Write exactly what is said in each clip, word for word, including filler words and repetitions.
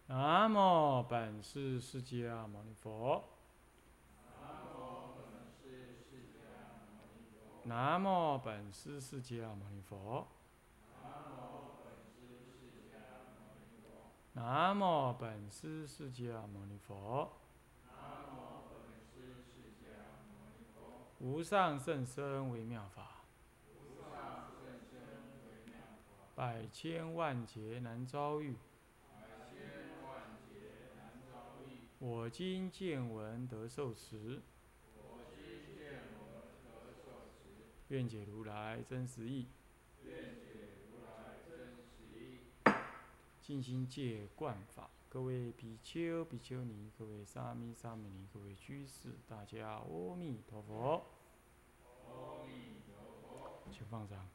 南无本师释迦牟尼佛。南无本师释迦牟尼佛。南无本师释迦牟尼佛。无上甚深微妙法，百千万劫难遭遇。我今见闻得受持，愿解如来真实义。尽心戒观法，各位比丘、比丘尼，各位沙弥、沙弥尼，各位居士，大家阿弥陀佛。请放掌。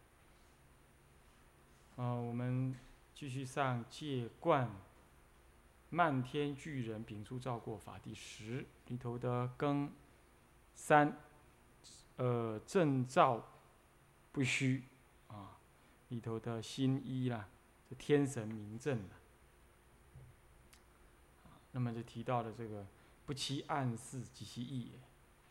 啊、我们继续上戒观漫天巨人秉烛照过法第十里头的庚三，呃，正照不虚啊，里头的新一啦，这天神明正啦。那么就提到了这个不期暗示及其意也。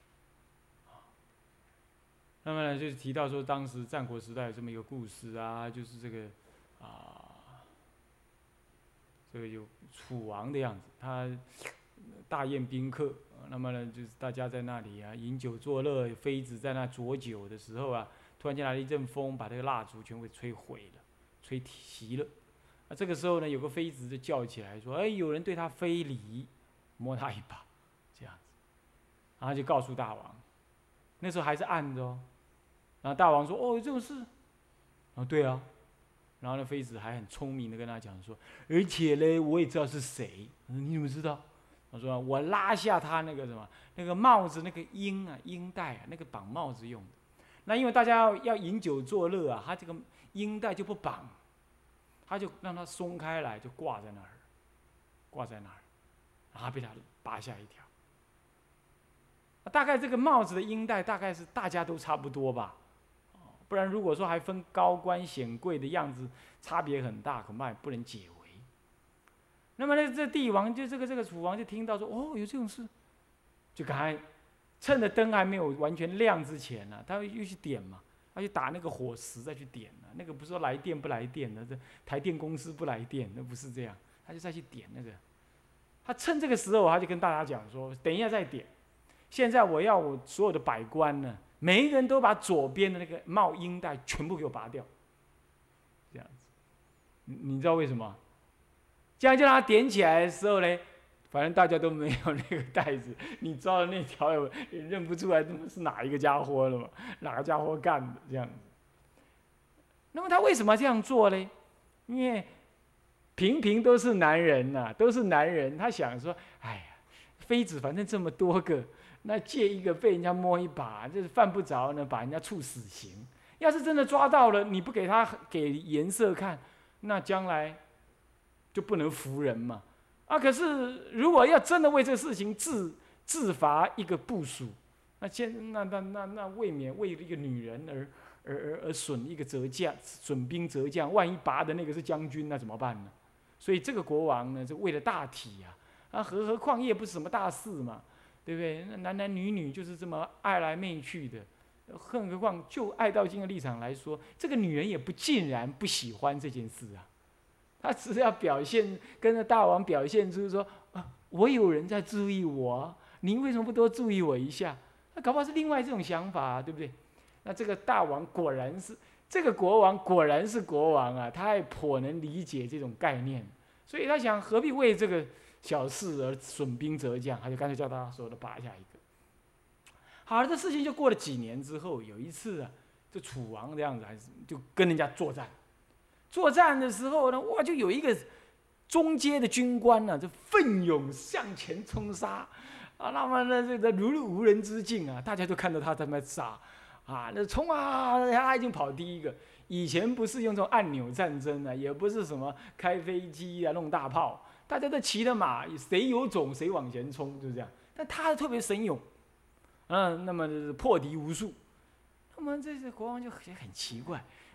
那么呢，就是提到说，当时战国时代有这么一个故事啊，就是这个啊，这个有楚王的样子，他大宴宾客，那么呢，就是大家在那里啊饮酒作乐，妃子在那酌酒的时候啊，突然间来了一阵风，把这个蜡烛全部吹毁了，吹熄了。那这个时候呢，有个妃子就叫起来说：“哎，有人对他非礼，摸他一把，这样子。”然后就告诉大王，那时候还是暗的哦。然后大王说：“哦，有这种事？”然后对啊，然后那妃子还很聪明的跟他讲说：“而且呢，我也知道是谁。”你怎么知道？他说：“我拉下他那个什么，那个帽子那个缨啊，缨带啊，那个绑帽子用的。那因为大家要要饮酒作乐啊，他这个缨带就不绑，他就让它松开来，就挂在那儿，挂在那儿，然后被他拔下一条。大概这个帽子的缨带大概是大家都差不多吧。”不然，如果说还分高官显贵的样子，差别很大，恐怕也不能解围。那么呢，这帝王就这个这个楚王就听到说，哦，有这种事，就赶快趁着灯还没有完全亮之前呢、啊，他又去点嘛，他去打那个火石再去点呢、啊。那个不是说来电不来电的，这台电公司不来电，那不是这样，他就再去点那个。他趁这个时候，他就跟大家讲说，等一下再点。现在我要我所有的百官呢。每一个人都把左边的那个帽缨带全部给我拔掉，这样子，你你知道为什么？这样就让他点起来的时候呢，反正大家都没有那个带子，你照的那条也认不出来是哪一个家伙了嘛，哪个家伙干的这样子。那么他为什么这样做呢？因为平平都是男人呐、啊，都是男人，他想说，哎呀，妃子反正这么多个。那借一个被人家摸一把，就是犯不着呢，把人家处死刑。要是真的抓到了，你不给他给颜色看，那将来就不能服人嘛。啊，可是如果要真的为这个事情自自罚一个部属，那先那那那那未免为一个女人而而而而损一个折将，损兵折将，万一拔的那个是将军，那怎么办呢？所以这个国王呢，就为了大体呀、啊，啊，何何况也不是什么大事嘛。对不对？那男男女女就是这么爱来媚去的，更何况就爱道经的立场来说，这个女人也不尽然不喜欢这件事啊。她只是要表现，跟着大王表现出说啊，我有人在注意我、啊，你为什么不多注意我一下？那搞不好是另外这种想法、啊，对不对？那这个大王果然是这个国王，果然是国王啊，他还颇能理解这种概念，所以他想何必为这个。小事而损兵折将，他就干脆叫大家所有的拔下一个。好了，这事情就过了几年之后，有一次啊，这楚王这样子还是就跟人家作战。作战的时候呢，哇，就有一个中阶的军官呢、啊，就奋勇向前冲杀啊，那么呢，这个如入无人之境啊，大家都看到他在那杀啊，那冲啊，他已经跑第一个。以前不是用这种按钮战争啊，也不是什么开飞机啊，弄大炮。大家都骑着马，谁有种谁往前冲，就这样。但他特别神勇，嗯，那么破敌无数。那么这些国王就很很奇怪，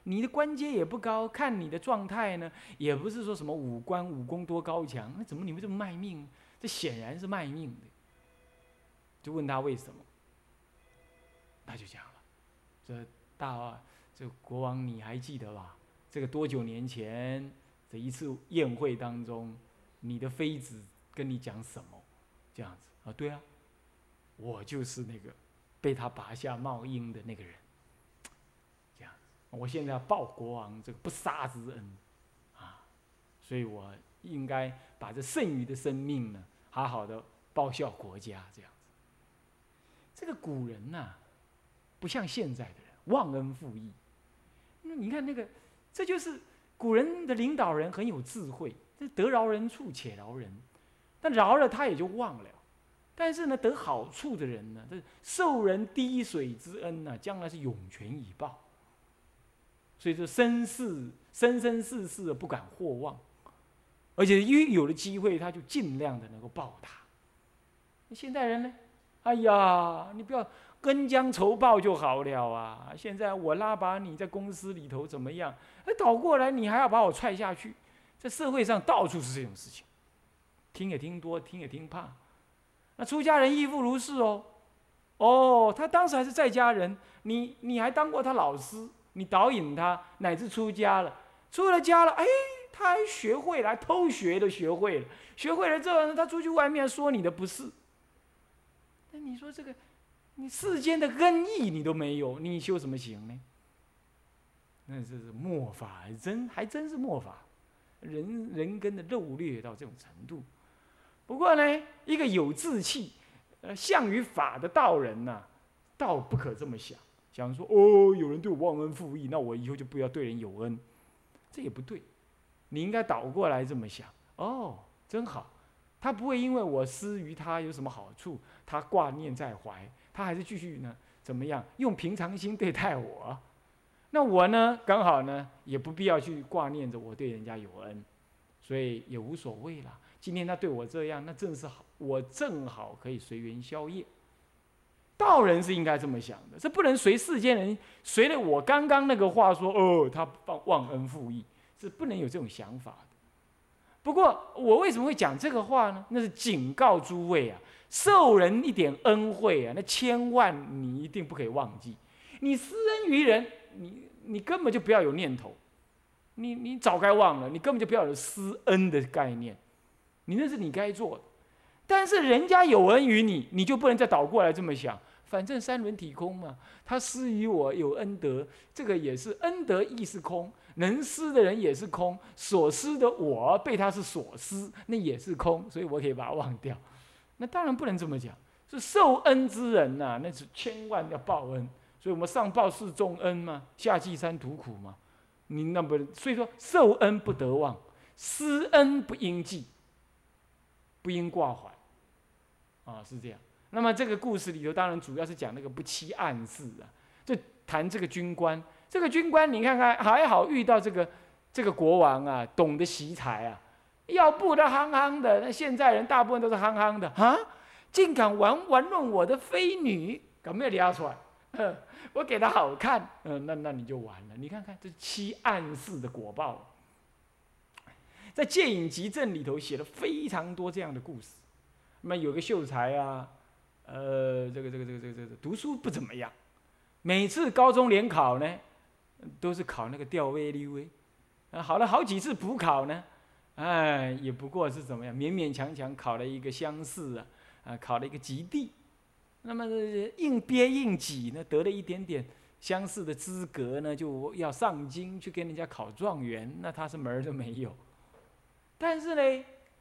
你的官阶也不高，看你的状态呢，也不是说什么武官武功多高强，那怎么你会这么卖命？这显然是卖命的。就问他为什么，他就讲了，这大这国王你还记得吧？这个多久年前这一次宴会当中，你的妃子跟你讲什么？这样子啊，对啊，我就是那个被他拔下帽缨的那个人。这样，我现在要报国王这个不杀之恩，啊，所以我应该把这剩余的生命呢，好好的报效国家。这样子，这个古人呐、啊，不像现在的人忘恩负义。那你看那个，这就是古人的领导人很有智慧，这得饶人处且饶人，但饶了他也就忘了。但是呢，得好处的人呢，这受人滴水之恩呢、啊，将来是涌泉以报。所以这生世生生世世不敢或忘，而且一有了机会，他就尽量的能够报答。现代人呢，哎呀，你不要恩将仇报就好了啊！现在我拉拔你在公司里头怎么样？哎，倒过来你还要把我踹下去，在社会上到处是这种事情，听也听多，听也听怕。那出家人亦复如是哦。哦，他当时还是在家人，你你还当过他老师，你导引他，乃至出家了，出了家了，哎，他还学会了，还偷学都学会了，学会了之后呢，他出去外面说你的不是。那你说这个，你世间的恩义你都没有，你修什么行呢？那这是末法，还真还真是末法，人人根的漏劣到这种程度。不过呢，一个有志气、呃向于法的道人呐、啊，倒不可这么想，想说哦，有人对我忘恩负义，那我以后就不要对人有恩，这也不对。你应该倒过来这么想，哦，真好，他不会因为我施于他有什么好处，他挂念在怀，他还是继续呢怎么样用平常心对待我。那我呢，刚好呢也不必要去挂念着我对人家有恩，所以也无所谓了。今天他对我这样，那正是好，我正好可以随缘消业。道人是应该这么想的，这不能随世间人随了我刚刚那个话说，哦，他忘恩负义，是不能有这种想法的。不过我为什么会讲这个话呢？那是警告诸位啊，受人一点恩惠啊，那千万你一定不可以忘记。你施恩于人，你你根本就不要有念头，你你早该忘了，你根本就不要有施恩的概念。你那是你该做的，但是人家有恩于你，你就不能再倒过来这么想。反正三轮体空嘛，他施于我有恩德，这个也是恩德亦是空，能施的人也是空，所施的我被他是所施，那也是空，所以我可以把它忘掉。那当然不能这么讲，是受恩之人呐、啊，那是千万要报恩。所以我们上报四重恩嘛，下济三途苦嘛。你那不，所以说受恩不得忘，施恩不应记。不应挂怀，啊，是这样。那么这个故事里头，当然主要是讲那个不欺暗室啊，就谈这个军官。这个军官，你看看还好遇到这个这个国王啊，懂得惜才啊，要不得憨憨的。那现在人大部分都是憨憨的啊，竟敢玩玩弄我的妃女，敢没有撩出来？呵，我给他好看，嗯，那那你就完了。你看看这欺暗室的果报。在《戒隐集证》里头写了非常多这样的故事。那么有个秀才啊，呃，这个这个这个这个这个读书不怎么样，每次高中联考呢，都是考那个吊威溜威，啊，好了好几次补考呢，哎，也不过是怎么样，勉勉强强考了一个乡试啊，啊，考了一个及第。那么硬憋硬挤呢，得了一点点乡试的资格呢，就要上京去跟人家考状元，那他是门儿都没有。但是呢，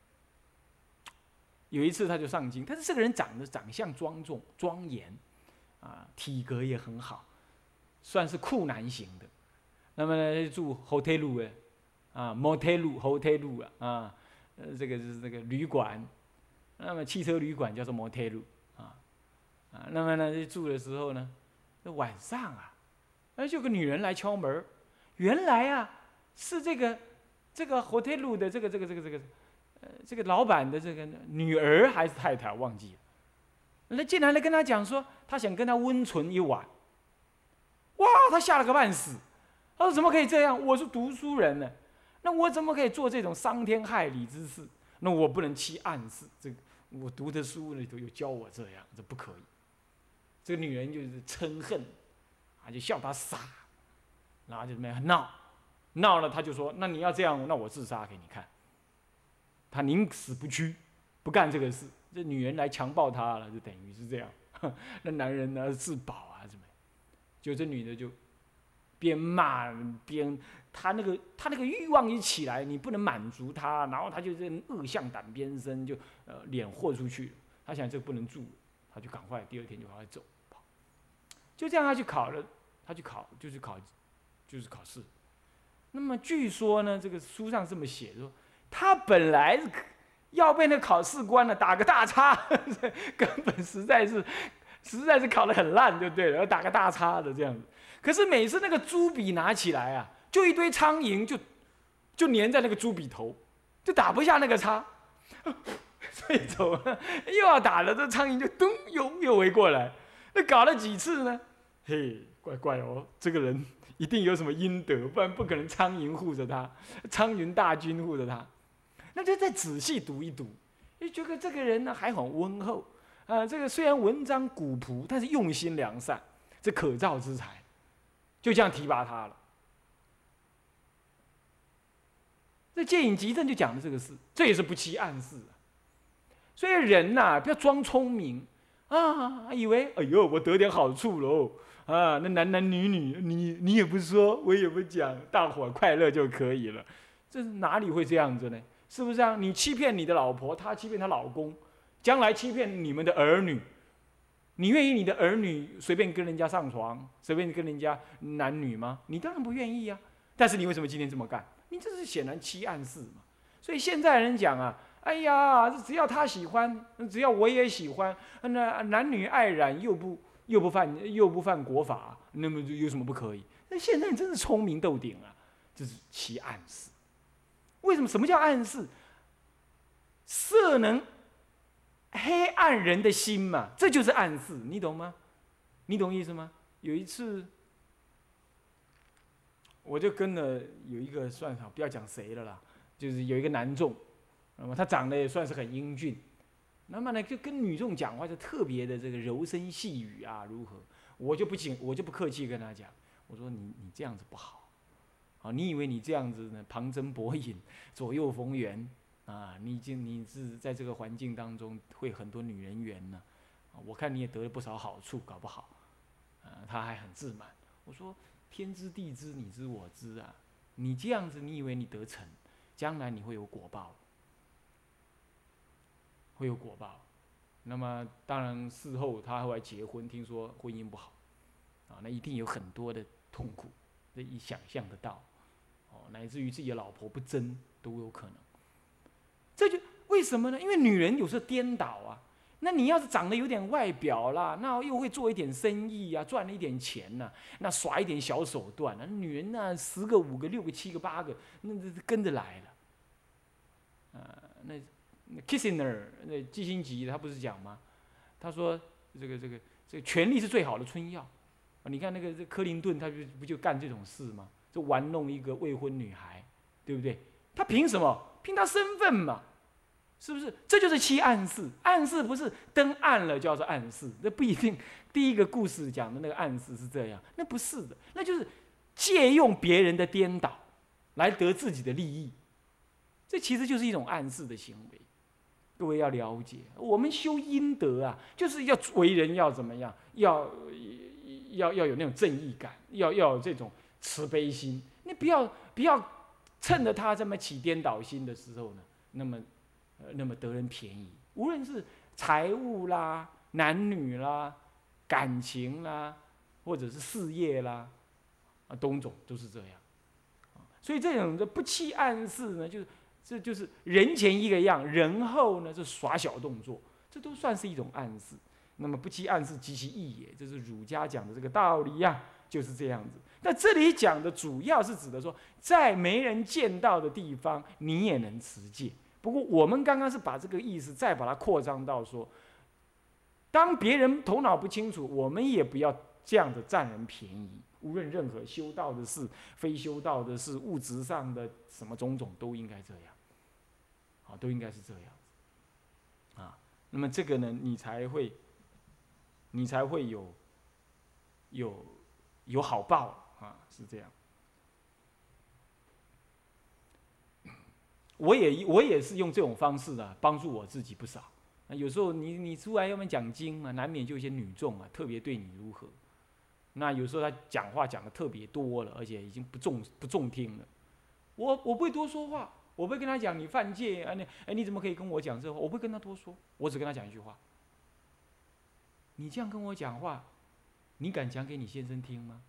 有一次他就上京，但是这个人长得长相庄重庄严，啊，体格也很好，算是酷男型的。那么呢，住 hotel 哎，啊 motel hotel 啊，呃，这个是这个旅馆，那么汽车旅馆叫做 motel 啊，啊，那么呢就住的时候呢，晚上啊，那就有个女人来敲门，原来啊是这个。这个 hotel 的这个这个这个这个，呃，这个老板的这个女儿还是太太忘记了，那竟然来跟他讲说，他想跟他温存一晚，哇，他吓了个半死， 他说怎么可以这样？我是读书人呢，那我怎么可以做这种伤天害理之事？那我不能欺暗室，这个我读的书里头有教我这样，这不可以。这个女人就是嗔恨，啊，就笑他傻，然后就那样闹，闹了他就说，那你要这样，那我自杀给你看。他宁死不屈，不干这个事。这女人来强暴他了，就等于是这样。那男人呢自保啊，怎么？就这女的就边骂边，他那个他那个欲望一起来，你不能满足他，然后他就这恶向胆边生，就呃脸豁出去了。他想这个不能住，他就赶快第二天就赶快走跑。就这样他去考了，他去考就是考就是考试。那么据说呢，这个书上这么写说，他本来是要被那考试官呢打个大叉，根本实在是实在是考得很烂就对了，要打个大叉的这样子。可是每次那个朱笔拿起来啊，就一堆苍蝇就就粘在那个朱笔头，就打不下那个叉，所以走了又要打了，这苍蝇就咚又又围过来。那搞了几次呢？嘿，怪怪哦，这个人一定有什么阴德，不然不可能苍蝇护着他，苍蝇大军护着他。那就再仔细读一读，就觉得这个人呢还很温厚啊、呃。这个虽然文章古朴，但是用心良善，这可造之才，就这样提拔他了。这《戒隐集证》就讲的这个事，这也是不欺暗室啊。所以人呐、啊，不要装聪明啊，以为哎呦我得点好处喽啊，那男男女女你你也不说，我也不讲，大伙快乐就可以了。这哪里会这样子呢？是不是啊？你欺骗你的老婆，她欺骗她老公，将来欺骗你们的儿女，你愿意你的儿女随便跟人家上床，随便跟人家男女吗？你当然不愿意啊。但是你为什么今天这么干？你这是显然欺暗室嘛。所以现在人讲啊，哎呀，只要他喜欢，只要我也喜欢，那男女爱染又不又不犯又不犯国法，那么有什么不可以？那现在真是聪明透顶啊，这是欺暗室。为什么？什么叫暗室？色能黑暗人的心嘛，这就是暗室，你懂吗？你懂意思吗？有一次，我就跟了有一个算好，不要讲谁了啦，就是有一个男众，那么他长得也算是很英俊，那么呢就跟女众讲话就特别的这个柔声细语啊，如何？我就不请，我就不客气跟他讲，我说你你这样子不好。啊，你以为你这样子呢，旁征博引，左右逢源啊？你已经你是在这个环境当中会很多女人缘呢、啊，我看你也得了不少好处，搞不好，啊，他还很自满。我说天知地知，你知我知啊，你这样子，你以为你得逞，将来你会有果报，会有果报。那么当然事后他后来结婚，听说婚姻不好，啊，那一定有很多的痛苦，这一想象得到。乃至于自己的老婆不贞都有可能，这就为什么呢？因为女人有时候颠倒啊。那你要是长得有点外表啦，那又会做一点生意啊，赚了一点钱呐、啊，那耍一点小手段啊，女人呢、啊、十个五个六个七个八个，那跟着来了。啊，那那 Kissinger 那基辛格他不是讲吗？他说这个这个这个权力是最好的春药。你看那个这克林顿他不不就干这种事吗？就玩弄一个未婚女孩，对不对？他凭什么？凭他身份嘛，是不是？这就是欺暗室。暗室不是灯暗了叫做暗室，那不一定。第一个故事讲的那个暗室是这样，那不是的，那就是借用别人的颠倒来得自己的利益，这其实就是一种暗示的行为。各位要了解，我们修阴德啊，就是要为人要怎么样，要要要有那种正义感，要要有这种慈悲心。你不要不要趁着他这么起颠倒心的时候呢，那么呃那么得人便宜，无论是财物啦、男女啦、感情啦，或者是事业啦，啊，种种都是这样。所以这种的不欺暗室呢，就是这就是人前一个样，人后呢是耍小动作，这都算是一种暗示。那么不欺暗室，及其义也，这是儒家讲的这个道理呀、啊，就是这样子。那这里讲的主要是指的说，在没人见到的地方，你也能持戒。不过我们刚刚是把这个意思再把它扩张到说，当别人头脑不清楚，我们也不要这样子占人便宜。 无论任何修道的事、非修道的事、物质上的什么种种，都应该这样，啊，都应该是这样子，啊，那么这个呢，你才会，你才会有，有，有好报啊，是这样。我也我也是用这种方式啊，帮助我自己不少。有时候你你出来要么讲经嘛，难免就有一些女众啊，特别对你如何。那有时候他讲话讲的特别多了，而且已经不中不中听了。我我不会多说话，我不会跟他讲你犯戒啊，你哎你怎么可以跟我讲这话？我不会跟他多说，我只跟他讲一句话：你这样跟我讲话，你敢讲给你先生听吗？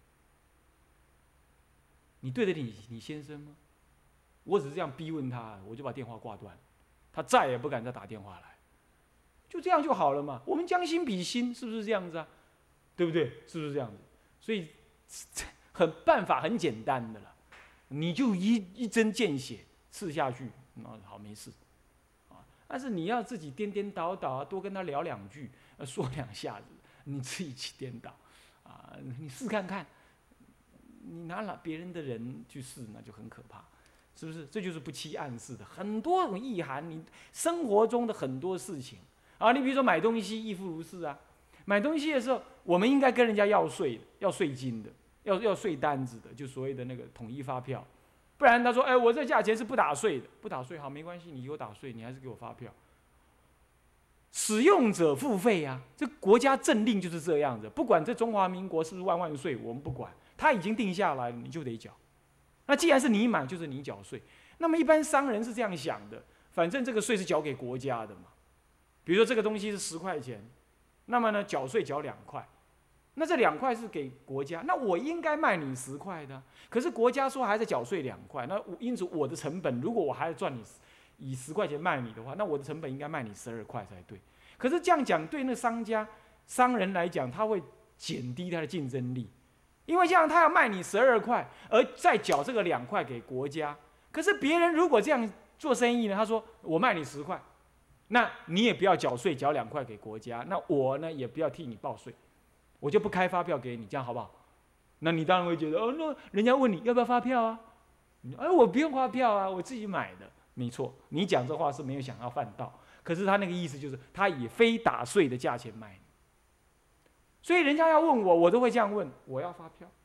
你对得起你先生吗？我只是这样逼问他，我就把电话挂断，他再也不敢再打电话来，就这样就好了嘛。我们将心比心，是不是这样子啊？对不对？是不是这样子？所以很办法很简单的了，你就一一针见血刺下去，那好没事啊。但是你要自己颠颠倒倒，多跟他聊两句，说两下子，你自己去颠倒啊，你试看看，你拿了别人的人去试，那就很可怕。是不是？这就是不欺暗示的很多种意涵。你生活中的很多事情啊，你比如说买东西亦复如是啊。买东西的时候，我们应该跟人家要税的，要税金的，要要税单子的，就所谓的那个统一发票。不然他说，哎，我这价钱是不打税的，不打税好没关系，你给我打税，你还是给我发票。使用者付费啊，这国家政令就是这样子。不管这中华民国是不是万万税，我们不管，他已经定下来了，你就得缴。那既然是你买，就是你缴税。那么一般商人是这样想的，反正这个税是缴给国家的嘛。比如说这个东西是十块钱，那么呢缴税缴两块，那这两块是给国家，那我应该卖你十块的，可是国家说还在缴税两块，那因此我的成本，如果我还要赚你以十块钱卖你的话，那我的成本应该卖你十二块才对。可是这样讲对那商家商人来讲，他会减低他的竞争力。因为这样，他要卖你十二块，而再缴这个两块给国家。可是别人如果这样做生意呢？他说我卖你十块，那你也不要缴税，缴两块给国家，那我呢也不要替你报税，我就不开发票给你，这样好不好？那你当然会觉得，哦，那人家问你要不要发票啊？哎，我不用发票啊，我自己买的，没错。你讲这话是没有想要犯道，可是他那个意思就是，他以非打税的价钱卖你。所以人家要问我，我都会这样问：我要发票，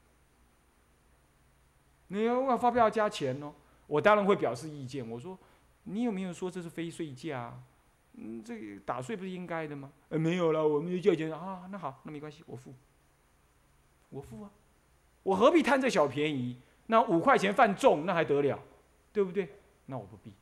你要发票要加钱哦。我当然会表示意见，我说：你有没有说这是非税价啊？嗯，这个打税不是应该的吗？呃，没有了，我们的价钱啊，那好，那没关系，我付，我付啊，我何必贪这小便宜？那五块钱犯重，那还得了，对不对？那我不必。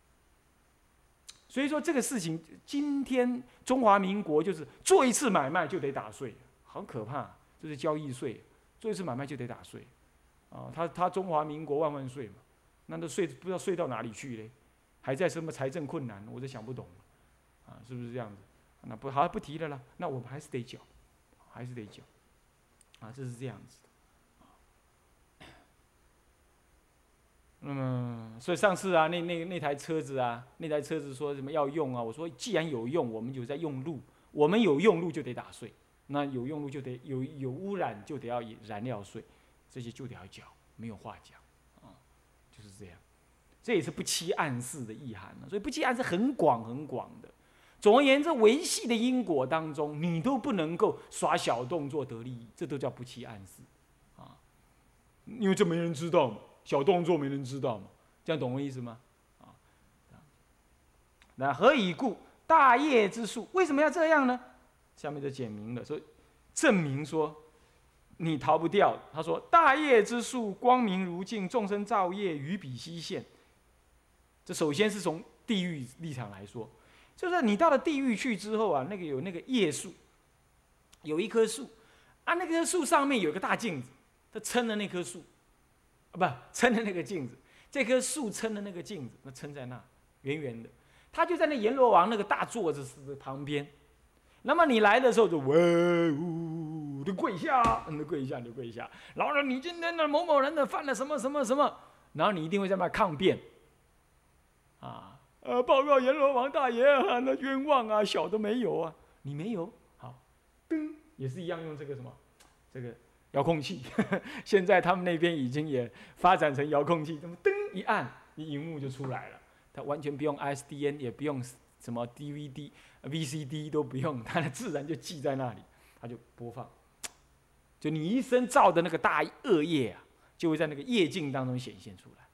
所以说这个事情，今天中华民国就是做一次买卖就得打税。好可怕，这是交易税，做一次买卖就得打税，啊，他他中华民国万万岁嘛，那那税不知道税到哪里去嘞，还在什么财政困难，我都想不懂，啊，是不是这样子？那不好不提了啦，那我们还是得缴，还是得缴，啊，这是这样子的。那么，所以上次啊，那那那台车子啊，那台车子说什么要用啊？我说既然有用，我们就在用路，我们有用路就得打税。那有用路就得有有污染就得要燃料税，这些就得要缴，没有话讲，啊，就是这样。这也是不欺暗示的意涵了，所以不欺暗示很广很广的。总而言之，维系的因果当中，你都不能够耍小动作得利益，这都叫不欺暗示，啊，因为这没人知道嘛，小动作没人知道嘛，这样懂我意思吗？啊，那何以故？大业之术为什么要这样呢？下面就简明了，说证明说你逃不掉。他说：大业之术，光明如镜，众生造业，于彼悉现。这首先是从地狱立场来说，就是你到了地狱去之后啊，那个有那个叶树，有一棵树啊，那棵树上面有个大镜子，它撑的那棵树，啊不撑的那个镜子，这棵树撑的那个镜子，那撑在那圆圆的，它就在那阎罗王那个大座子的旁边。那么你来的时候就喂呜，就跪下，你就跪下，你就跪下。然后呢，你今天的某某人的犯了什么什么什么，然后你一定会在那抗辩，啊，呃，报告阎罗王大爷啊，那冤枉啊，小的没有啊，你没有，好，噔，也是一样用这个什么，这个遥控器。现在他们那边已经也发展成遥控器，这么噔一按，你荧幕就出来了。它完全不用 I S D N， 也不用什么 D V D、V C D 都不用，它自然就记在那里，它就播放。就你一生造的那个大恶业啊，就会在那个业境当中显现出来。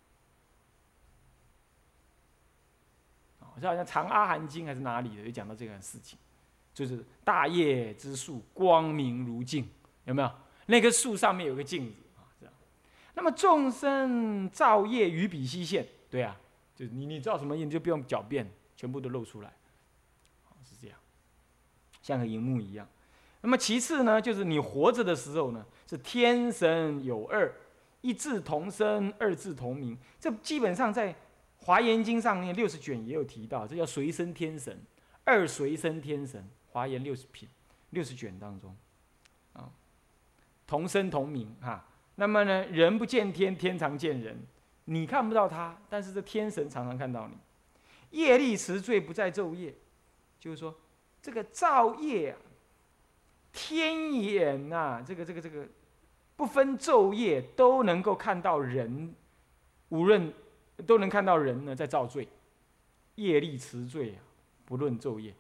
好像《长阿含经》还是哪里的，有讲到这个事情，就是大业之树，光明如镜，有没有？那棵树上面有个镜子啊，这样。那么众生造业于彼悉现，对啊，就是你你造什么业，你就不用狡辩，全部都露出来，是这样，像个荧幕一样。那么其次呢，就是你活着的时候呢，是天神有二，一字同声，二字同名，这基本上在华严经上面六十卷也有提到，这叫随身天神，二随身天神，华严六十品六十卷当中，啊，同声同名哈。那么呢，人不见天，天常见人，你看不到他，但是这天神常常看到你。业力持罪不在昼夜，就是说这个造业啊，天眼呐、啊，这个这个这个不分昼夜都能够看到人，无论。都能看到人呢在造罪，业力持罪啊，不论昼夜。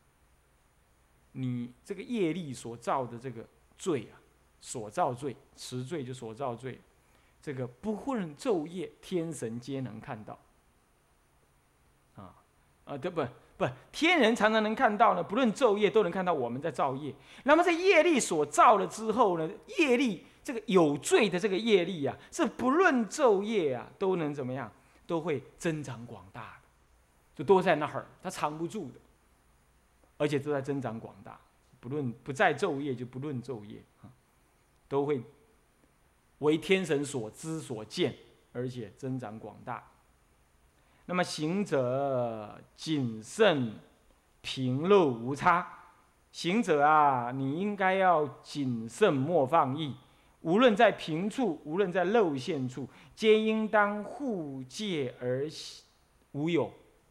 你这个业力所造的这个罪啊，所造罪，持罪就所造罪，这个不论昼夜，天神皆能看到。啊啊，对不不，天人常常能看到呢，不论昼夜都能看到我们在造业。那么在业力所造了之后呢，业力这个有罪的这个业力啊，是不论昼夜啊都能怎么样？都会增长广大的，就都在那儿，它藏不住的，而且都在增长广大。不论不在昼夜，就不论昼夜啊，都会为天神所知所见，而且增长广大。那么行者谨慎平漏无差，行者啊，你应该要谨慎莫放逸。无论在平处，无论在露现处，皆应当护戒而无有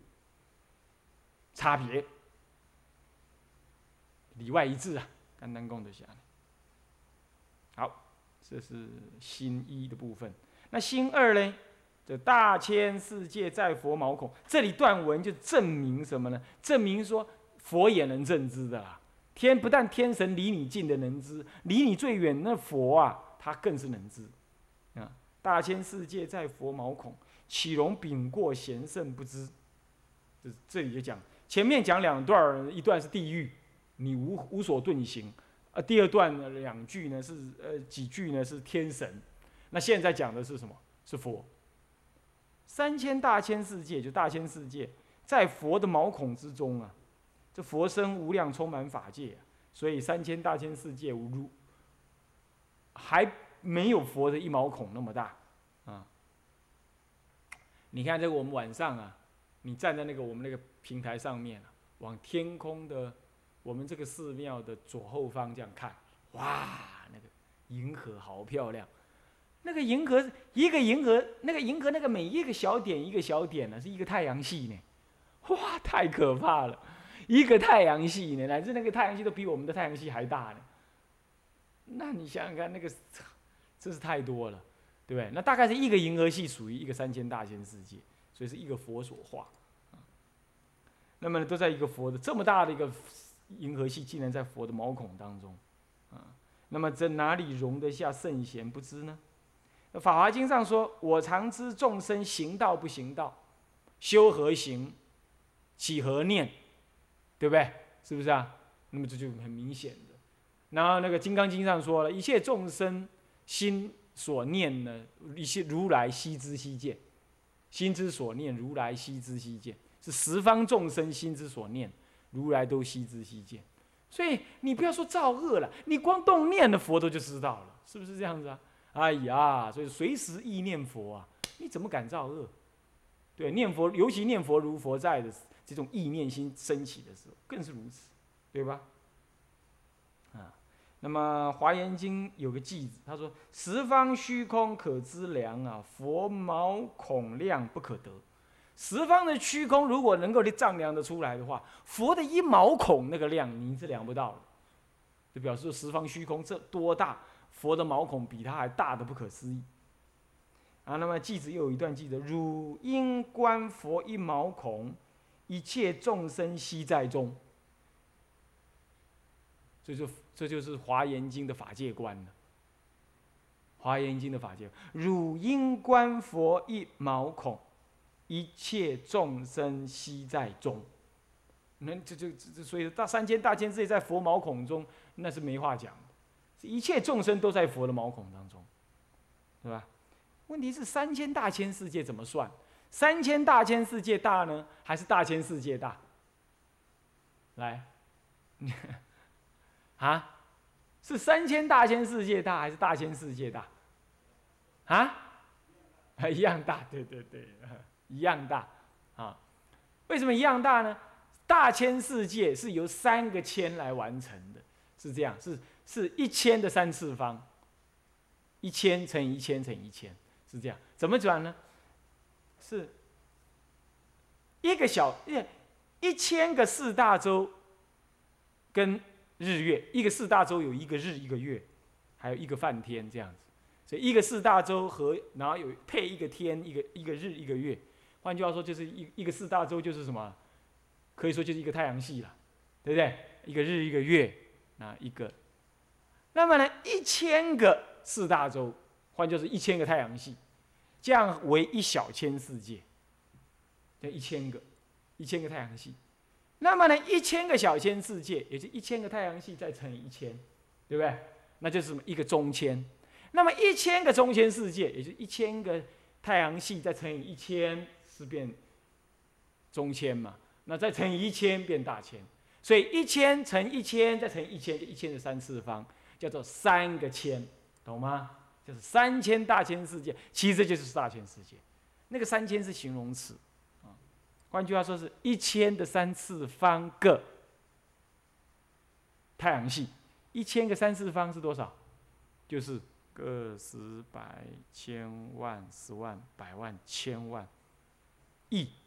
差别，里外一致啊！简单讲就是这样。好，这是心一的部分。那心二呢？这大千世界在佛毛孔，这里段文就证明什么呢？证明说佛也能证知的啦。天不但天神离你近的能知，离你最远那佛啊，他更是能知啊！大千世界在佛毛孔，岂容秉过贤圣不知？这这里就讲，前面讲两段，一段是地狱，你无无所遁形啊；第二段两句呢是呃几句呢是天神。那现在讲的是什么？是佛。三千大千世界，就大千世界，在佛的毛孔之中啊。这佛身无量，充满法界、啊，所以三千大千世界如还没有佛的一毛孔那么大啊！你看这个我们晚上啊，你站在那个我们那个平台上面、啊，往天空的我们这个寺庙的左后方这样看，哇，那个银河好漂亮！那个银河一个银河，那个银河那个每一个小点一个小点呢、啊，是一个太阳系呢，哇，太可怕了！一个太阳系呢，乃至那个太阳系都比我们的太阳系还大呢。那你想想看，那个真是太多了，对不对？那大概是一个银河系属于一个三千大千世界，所以是一个佛所化。那么都在一个佛的这么大的一个银河系，竟然在佛的毛孔当中啊！那么这哪里容得下圣贤不知呢？《法华经》上说：“我常知众生行道不行道，修何行，起何念。”对不对？是不是啊？那么这就很明显的。然后那个《金刚经》上说了，一切众生心所念呢，一切如来悉知悉见，心之所念，如来悉知悉见，是十方众生心之所念，如来都悉知悉见。所以你不要说造恶了，你光动念的佛都就知道了，是不是这样子啊？哎呀，所以随时意念佛啊，你怎么敢造恶？对，念佛，尤其念佛如佛在的这种意念心升起的时候，更是如此，对吧？啊，那么《华严经》有个偈子，他说：“十方虚空可知量啊，佛毛孔量不可得。”十方的虚空如果能够丈量得出来的话，佛的一毛孔那个量你是量不到的，就表示说十方虚空这多大， 佛的毛孔比它还大的不可思议。啊，那么偈子又有一段记得：汝应观佛一毛孔，一切众生悉在中。这就这就是《华严经》的法界观了。《华严经》的法界，汝应观佛一毛孔，一切众生悉在中。那这就这所以大三千大千世界在佛毛孔中，那是没话讲的，一切众生都在佛的毛孔当中，对吧？问题是三千大千世界怎么算？三千大千世界大呢，还是大千世界大？来，啊，是三千大千世界大，还是大千世界大？啊，一样大，对对对，一样大啊。为什么一样大呢？大千世界是由三个千来完成的，是这样，是是一千的三次方，一千乘以一千乘以一千。是这样，怎么转呢？是一个小一一千个四大洲跟日月，一个四大洲有一个日一个月，还有一个梵天这样子，所以一个四大洲和然后有配一个天，一个一个日一个月。换句话说，就是一一个四大洲就是什么？可以说就是一个太阳系了，对不对？一个日一个月，那一个，那么呢，一千个四大洲。换就是一千个太阳系，这样为一小千世界，就一千个，一千个太阳系。那么呢，一千个小千世界，也就一千个太阳系再乘以一千，对不对？那就是什么一个中千。那么一千个中千世界，也就一千个太阳系再乘以一千，是变中千嘛？那再乘以一千变大千。所以一千乘一千再乘一千，就一千的三次方，叫做三个千，懂吗？就是三千大千世界，其实这就是大千世界。那个三千是形容词，啊，换句话说是一千的三次方个太阳系。一千个三次方是多少？就是个十百千万十万百万千万亿